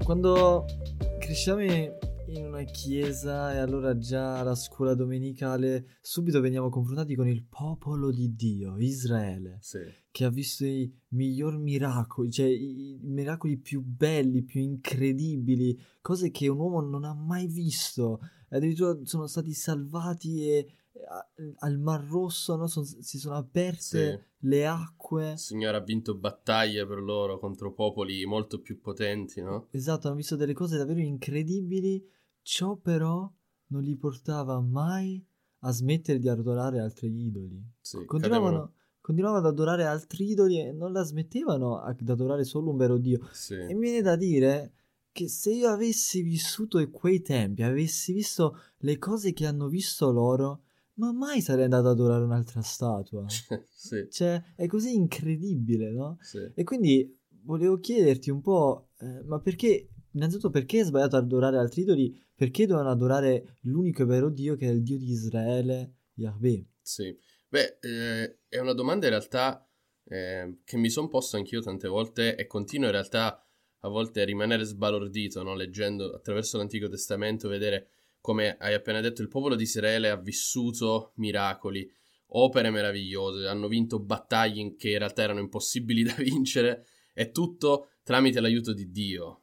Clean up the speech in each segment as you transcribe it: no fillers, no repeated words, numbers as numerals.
quando cresciamo in una chiesa e allora già alla scuola domenicale subito veniamo confrontati con il popolo di Dio, Israele, Sì. che ha visto i miglior miracoli, cioè i miracoli più belli, più incredibili, cose che un uomo non ha mai visto. Addirittura sono stati salvati e al Mar Rosso, no? Si sono aperte le acque. Il Signore ha vinto battaglie per loro contro popoli molto più potenti, no? Esatto, hanno visto delle cose davvero incredibili. Ciò però non li portava mai a smettere di adorare altri idoli. Sì, Continuavano ad adorare altri idoli e non la smettevano ad adorare solo un vero Dio. Sì. E mi viene da dire che se io avessi vissuto quei tempi, avessi visto le cose che hanno visto loro, ma mai sarei andato ad adorare un'altra statua. Sì. Cioè, è così incredibile, no? Sì. E quindi volevo chiederti un po', ma perché, innanzitutto perché è sbagliato adorare altri idoli? Perché devono adorare l'unico e vero Dio che è il Dio di Israele, Yahweh? Sì. Beh, è una domanda in realtà che mi sono posto anch'io tante volte e continuo in realtà a volte a rimanere sbalordito, no? Leggendo attraverso l'Antico Testamento, vedere come hai appena detto il popolo di Israele ha vissuto miracoli, opere meravigliose, hanno vinto battaglie che in realtà erano impossibili da vincere, e tutto tramite l'aiuto di Dio.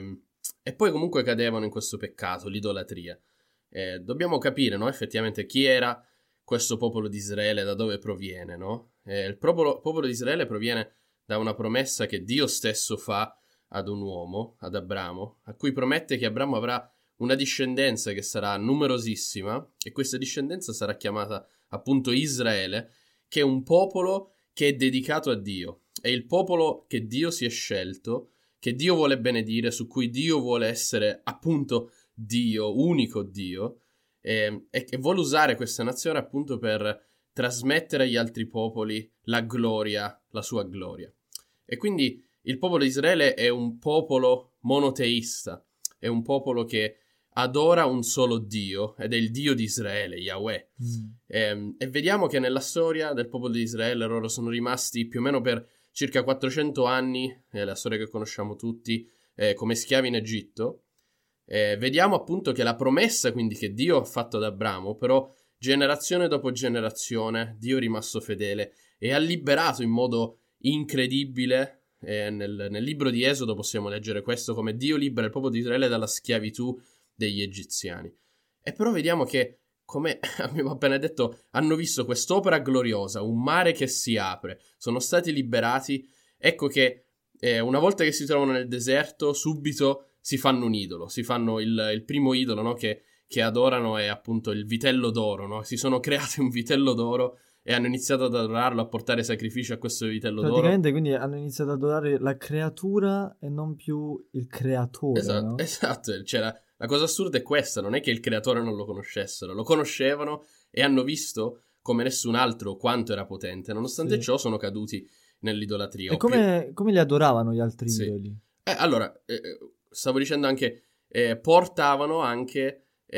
E poi comunque cadevano in questo peccato, l'idolatria. Dobbiamo capire, no? Effettivamente chi era questo popolo di Israele, da dove proviene, no? Il popolo di Israele proviene da una promessa che Dio stesso fa ad un uomo, ad Abramo, a cui promette che Abramo avrà una discendenza che sarà numerosissima, e questa discendenza sarà chiamata appunto Israele, che è un popolo che è dedicato a Dio, è il popolo che Dio si è scelto, che Dio vuole benedire, su cui Dio vuole essere appunto Dio, unico Dio, e vuole usare questa nazione appunto per trasmettere agli altri popoli la gloria, la sua gloria. E quindi il popolo di Israele è un popolo monoteista, è un popolo che adora un solo Dio, ed è il Dio di Israele, Yahweh. E vediamo che nella storia del popolo di Israele loro sono rimasti più o meno per circa 400 anni, la storia che conosciamo tutti, come schiavi in Egitto. Vediamo appunto che la promessa quindi che Dio ha fatto ad Abramo, però generazione dopo generazione Dio è rimasto fedele e ha liberato in modo incredibile. Nel libro di Esodo possiamo leggere questo, come Dio libera il popolo di Israele dalla schiavitù degli egiziani. E però vediamo che, come abbiamo appena detto, hanno visto quest'opera gloriosa, un mare che si apre, sono stati liberati. Ecco che una volta che si trovano nel deserto, subito si fanno un idolo, si fanno il primo idolo, no? che adorano è appunto il vitello d'oro, no? Si sono creati un vitello d'oro e hanno iniziato ad adorarlo, a portare sacrifici a questo vitello Praticamente d'oro. quindi hanno iniziato ad adorare la creatura e non più il creatore, Esatto, no? esatto. Cioè, la cosa assurda è questa, non è che il creatore non lo conoscessero, lo conoscevano e hanno visto come nessun altro quanto era potente. Nonostante ciò sono caduti nell'idolatria. E come li adoravano gli altri Sì. idoli? Allora, stavo dicendo anche, portavano anche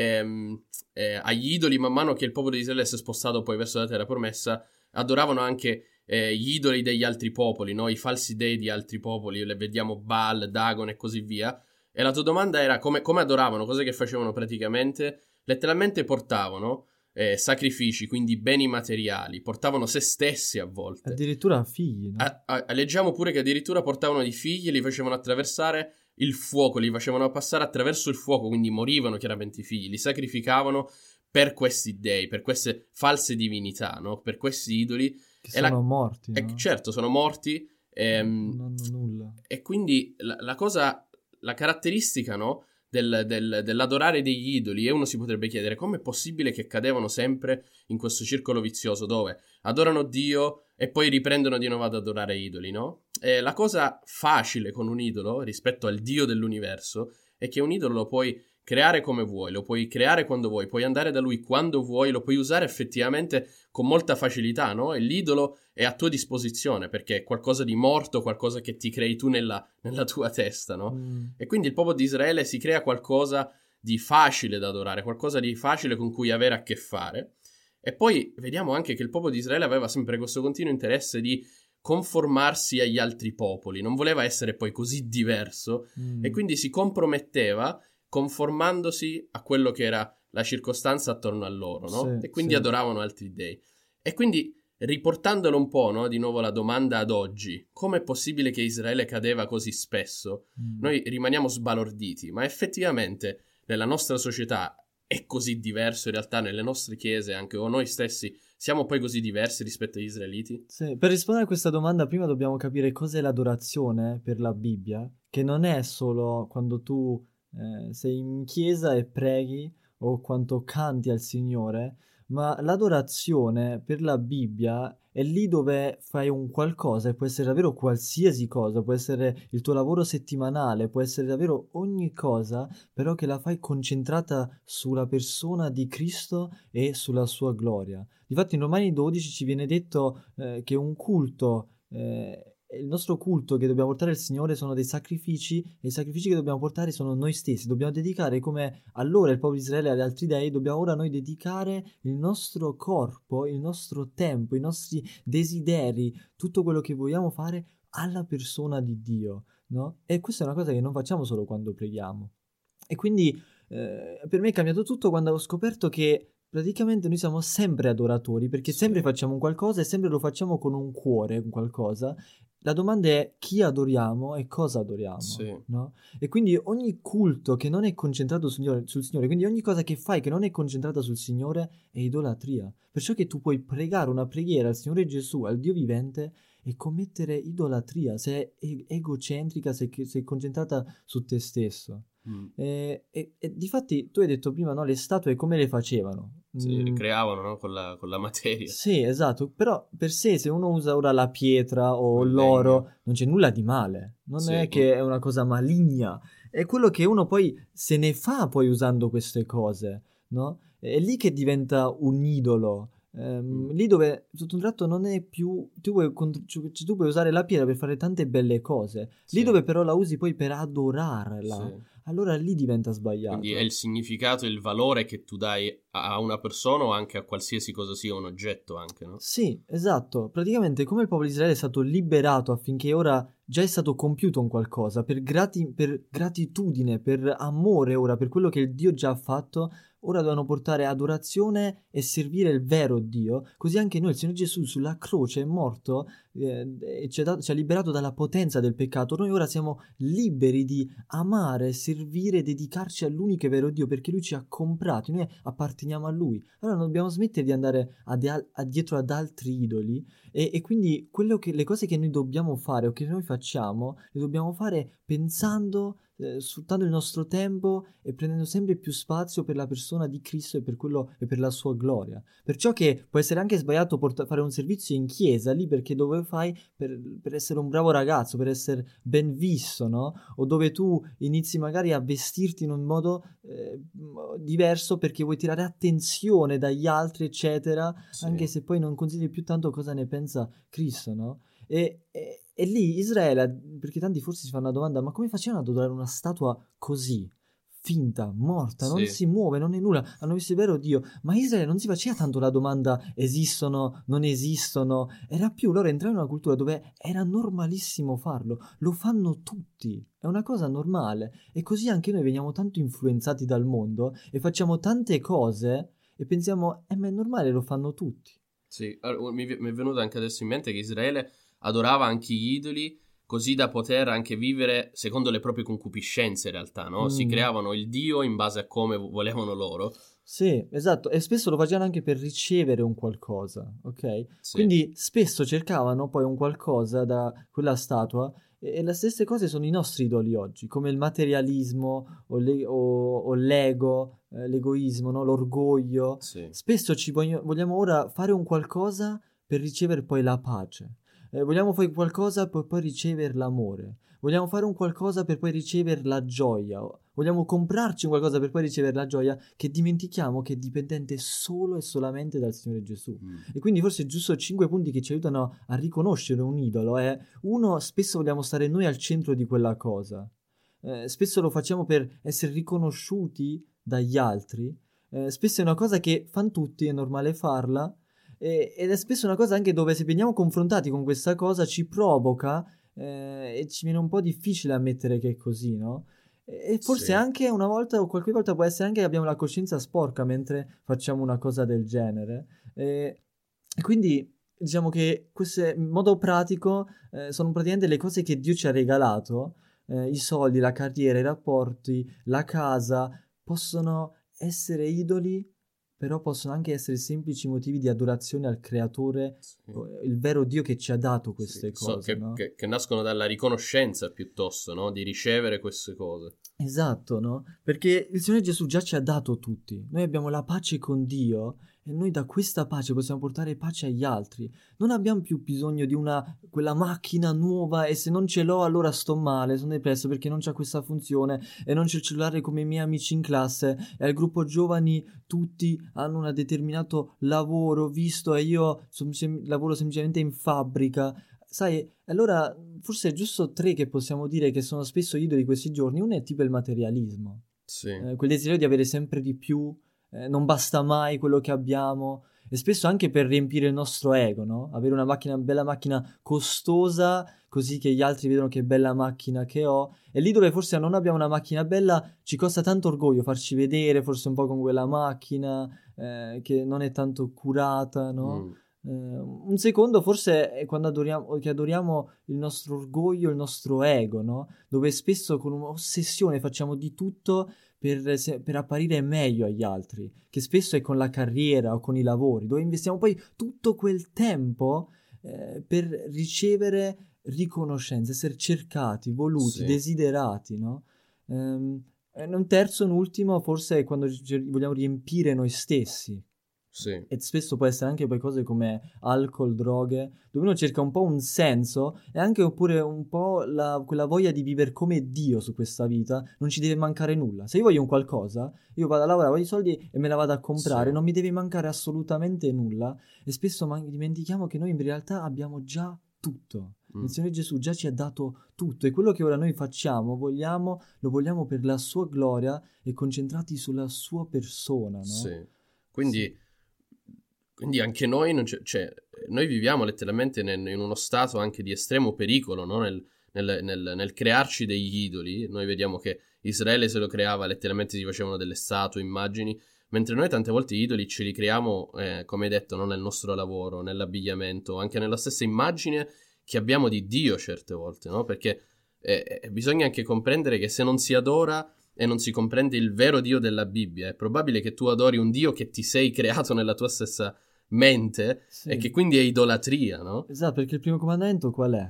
agli idoli, man mano che il popolo di Israele si è spostato poi verso la terra promessa, adoravano anche gli idoli degli altri popoli, no? I falsi dei di altri popoli, le vediamo Baal, Dagon e così via. E la tua domanda era come adoravano, cosa che facevano praticamente? Letteralmente portavano sacrifici, quindi beni materiali, portavano se stessi a volte. Addirittura figli, no? Leggiamo pure che addirittura portavano i figli e li facevano attraversare il fuoco, li facevano passare attraverso il fuoco, quindi morivano chiaramente i figli, li sacrificavano per questi dei, per queste false divinità, no? Per questi idoli. Che sono morti, no? Certo, sono morti. Non hanno nulla. E quindi la cosa, la caratteristica, no? Dell'adorare degli idoli, e uno si potrebbe chiedere come è possibile che cadevano sempre in questo circolo vizioso dove adorano Dio e poi riprendono di nuovo ad adorare idoli, no? La cosa facile con un idolo rispetto al Dio dell'universo è che un idolo lo puoi creare come vuoi, lo puoi creare quando vuoi, puoi andare da lui quando vuoi, lo puoi usare effettivamente con molta facilità, no? E l'idolo è a tua disposizione perché è qualcosa di morto, qualcosa che ti crei tu nella tua testa, no? E quindi il popolo di Israele si crea qualcosa di facile da adorare, qualcosa di facile con cui avere a che fare. E poi vediamo anche che il popolo di Israele aveva sempre questo continuo interesse di conformarsi agli altri popoli, non voleva essere poi così diverso e quindi si comprometteva conformandosi a quello che era la circostanza attorno a loro, no? Sì, E quindi sì. adoravano altri dei. E quindi, riportandolo un po', no? Di nuovo la domanda ad oggi, com'è possibile che Israele cadeva così spesso? Noi rimaniamo sbalorditi, ma effettivamente nella nostra società è così diverso, in realtà nelle nostre chiese, anche o noi stessi, siamo poi così diversi rispetto agli israeliti? Sì, per rispondere a questa domanda prima dobbiamo capire cos'è l'adorazione per la Bibbia, che non è solo quando tu sei in chiesa e preghi o quando canti al Signore, ma l'adorazione per la Bibbia è lì dove fai un qualcosa, e può essere davvero qualsiasi cosa, può essere il tuo lavoro settimanale, può essere davvero ogni cosa, però che la fai concentrata sulla persona di Cristo e sulla sua gloria. Difatti in Romani 12 ci viene detto che un culto, il nostro culto che dobbiamo portare al Signore sono dei sacrifici, e i sacrifici che dobbiamo portare sono noi stessi. Dobbiamo dedicare, come allora il popolo di Israele agli altri dei, dobbiamo ora noi dedicare il nostro corpo, il nostro tempo, i nostri desideri, tutto quello che vogliamo fare alla persona di Dio, no? E questa è una cosa che non facciamo solo quando preghiamo. E quindi per me è cambiato tutto quando ho scoperto che praticamente noi siamo sempre adoratori, perché sempre facciamo un qualcosa e sempre lo facciamo con un cuore, un qualcosa. La domanda è chi adoriamo e cosa adoriamo, Sì. no? E quindi ogni culto che non è concentrato sul Signore, quindi ogni cosa che fai che non è concentrata sul Signore è idolatria. Perciò che tu puoi pregare una preghiera al Signore Gesù, al Dio vivente, e commettere idolatria, se è egocentrica, se è concentrata su te stesso. E difatti tu hai detto prima, no, le statue come le facevano? Sì, le creavano, no? Con la materia, Sì, esatto, però per sé se uno usa ora la pietra o o il legno. l'oro non c'è nulla di male, non Sì, è che è una cosa maligna, è quello che uno poi se ne fa poi usando queste cose, no? È lì che diventa un idolo. Lì dove tutto un tratto non è più tu puoi usare la pietra per fare tante belle cose, lì sì, dove però la usi poi per adorarla, sì. allora lì diventa Quindi è sbagliato. il significato, il valore che tu dai a una persona o anche a qualsiasi cosa sia un oggetto anche, no? Sì, esatto. Praticamente come il popolo di Israele è stato liberato affinché ora già è stato compiuto un qualcosa, per gratitudine, per amore ora, per quello che il Dio già ha fatto, ora devono portare adorazione e servire il vero Dio. Così anche noi, il Signore Gesù sulla croce è morto e ci ha liberato dalla potenza del peccato. Noi ora siamo liberi di amare, servire, dedicarci all'unico e vero Dio perché Lui ci ha comprati, noi apparteniamo a Lui. Allora non dobbiamo smettere di andare dietro ad altri idoli e quindi le cose che noi dobbiamo fare o che noi facciamo, le dobbiamo fare pensando, sfruttando il nostro tempo e prendendo sempre più spazio per la persona di Cristo e per quello e per la sua gloria. Perciò che può essere anche sbagliato fare un servizio in chiesa lì perché dove fai per essere un bravo ragazzo, per essere ben visto, no? O dove tu inizi magari a vestirti in un modo diverso perché vuoi tirare attenzione dagli altri, eccetera, Sì. anche se poi non consideri più tanto cosa ne pensa Cristo, no? E lì Israele, perché tanti forse si fanno la domanda, ma come facevano ad adorare una statua così? Finta, morta, non Sì. si muove, non è nulla, hanno visto il vero Dio, ma Israele non si faceva tanto la domanda esistono, non esistono, era più loro entravano in una cultura dove era normalissimo farlo, lo fanno tutti, è una cosa normale e così anche noi veniamo tanto influenzati dal mondo e facciamo tante cose e pensiamo, ma è normale, lo fanno tutti. Sì, allora, mi è venuto anche adesso in mente che Israele adorava anche gli idoli così da poter anche vivere secondo le proprie concupiscenze in realtà, no? Si creavano il Dio in base a come volevano loro. Sì, esatto, e spesso lo facevano anche per ricevere un qualcosa, ok? Sì. Quindi spesso cercavano poi un qualcosa da quella statua e le stesse cose sono i nostri idoli oggi, come il materialismo o l'ego, l'egoismo, no? L'orgoglio. Sì. Spesso vogliamo ora fare un qualcosa per ricevere poi la pace. Vogliamo fare qualcosa per poi ricevere l'amore. Vogliamo fare un qualcosa per poi ricevere la gioia. Vogliamo comprarci un qualcosa per poi ricevere la gioia che dimentichiamo che è dipendente solo e solamente dal Signore Gesù. E quindi forse giusto 5 punti che ci aiutano a riconoscere un idolo è: uno, spesso vogliamo stare noi al centro di quella cosa. Spesso lo facciamo per essere riconosciuti dagli altri. Spesso è una cosa che fanno tutti, è normale farla. Ed è spesso una cosa anche dove se veniamo confrontati con questa cosa ci provoca e ci viene un po' difficile ammettere che è così, no? E forse Sì, anche una volta o qualche volta può essere anche che abbiamo la coscienza sporca mentre facciamo una cosa del genere. E quindi diciamo che queste, in modo pratico, sono praticamente le cose che Dio ci ha regalato, i soldi, la carriera, i rapporti, la casa, possono essere idoli, però possono anche essere semplici motivi di adorazione al creatore, sì. il vero Dio che ci ha dato Sì, queste cose, no? che nascono dalla riconoscenza piuttosto, no? Di ricevere queste cose. Esatto, no? Perché il Signore Gesù già ci ha dato tutti. Noi abbiamo la pace con Dio e noi da questa pace possiamo portare pace agli altri. Non abbiamo più bisogno di quella macchina nuova e se non ce l'ho allora sto male, sono depresso perché non c'ha questa funzione e non c'è il cellulare come i miei amici in classe e al gruppo giovani tutti hanno un determinato lavoro visto e io lavoro semplicemente in fabbrica. Sai, allora forse è giusto tre che possiamo dire che sono spesso idoli di questi giorni. Uno è tipo il materialismo, Sì, quel desiderio di avere sempre di più, non basta mai quello che abbiamo, e spesso anche per riempire il nostro ego, no? Avere una macchina, bella macchina costosa, così che gli altri vedono che bella macchina che ho. E lì dove forse non abbiamo una macchina bella, ci costa tanto orgoglio farci vedere, forse un po' con quella macchina, che non è tanto curata, no? mm, Un secondo forse è quando che adoriamo il nostro orgoglio, il nostro ego, no? Dove spesso con un'ossessione facciamo di tutto per apparire meglio agli altri, che spesso è con la carriera o con i lavori, dove investiamo poi tutto quel tempo per ricevere riconoscenza, essere cercati, voluti, sì, desiderati, no? E un terzo, un ultimo, forse è quando vogliamo riempire noi stessi. sì, E spesso può essere anche poi cose come alcol, droghe, dove uno cerca un po' un senso e anche oppure un po' quella voglia di vivere come Dio su questa vita, non ci deve mancare nulla. Se io voglio un qualcosa, io vado a lavorare, voglio i soldi e me la vado a comprare, sì, non mi deve mancare assolutamente nulla e spesso dimentichiamo che noi in realtà abbiamo già tutto. Il mm, Signore Gesù già ci ha dato tutto e quello che ora noi facciamo, lo vogliamo per la sua gloria e concentrati sulla sua persona, no? sì. Sì. Quindi, quindi anche noi, non cioè, noi viviamo letteralmente in uno stato anche di estremo pericolo, no? Nel crearci degli idoli. Noi vediamo che Israele se lo creava, letteralmente si facevano delle statue, immagini, mentre noi tante volte gli idoli ce li creiamo, come hai detto, no? Nel nostro lavoro, nell'abbigliamento, anche nella stessa immagine che abbiamo di Dio certe volte, no? Perché bisogna anche comprendere che se non si adora e non si comprende il vero Dio della Bibbia, è probabile che tu adori un Dio che ti sei creato nella tua stessa mente e Sì. che quindi è idolatria, no? Esatto, perché il primo comandamento qual è?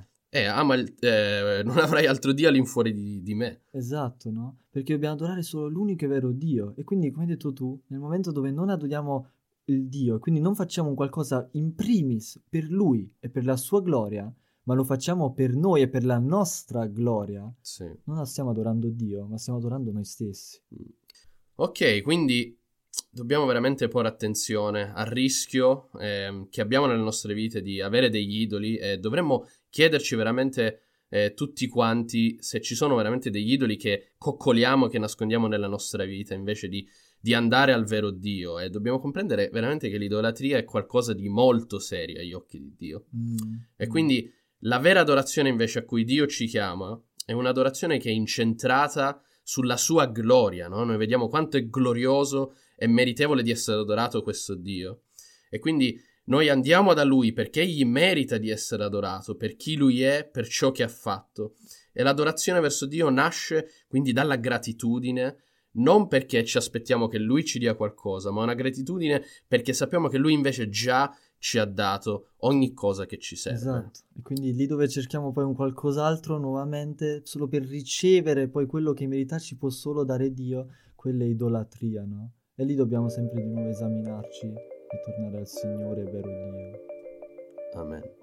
Non avrai altro Dio all'infuori di me. Esatto, no? Perché dobbiamo adorare solo l'unico e vero Dio. E quindi, come hai detto tu, nel momento dove non adoriamo il Dio, e quindi non facciamo un qualcosa in primis per Lui e per la sua gloria, ma lo facciamo per noi e per la nostra gloria, Sì. non stiamo adorando Dio, ma stiamo adorando noi stessi. Ok, quindi dobbiamo veramente porre attenzione al rischio che abbiamo nelle nostre vite di avere degli idoli e dovremmo chiederci veramente tutti quanti se ci sono veramente degli idoli che coccoliamo, che nascondiamo nella nostra vita invece di andare al vero Dio, e dobbiamo comprendere veramente che l'idolatria è qualcosa di molto serio agli occhi di Dio. Mm, E mm. quindi la vera adorazione invece a cui Dio ci chiama è un'adorazione che è incentrata sulla sua gloria, no? Noi vediamo quanto è glorioso e meritevole di essere adorato questo Dio. E quindi noi andiamo da Lui perché Egli merita di essere adorato, per chi Lui è, per ciò che ha fatto. E l'adorazione verso Dio nasce quindi dalla gratitudine, non perché ci aspettiamo che Lui ci dia qualcosa, ma una gratitudine perché sappiamo che Lui invece già ci ha dato ogni cosa che ci serve. Esatto, e quindi lì dove cerchiamo poi un qualcos'altro nuovamente, solo per ricevere poi quello che in verità ci può solo dare Dio, quella è idolatria, no? E lì dobbiamo sempre di nuovo esaminarci e tornare al Signore, vero Dio. Amen.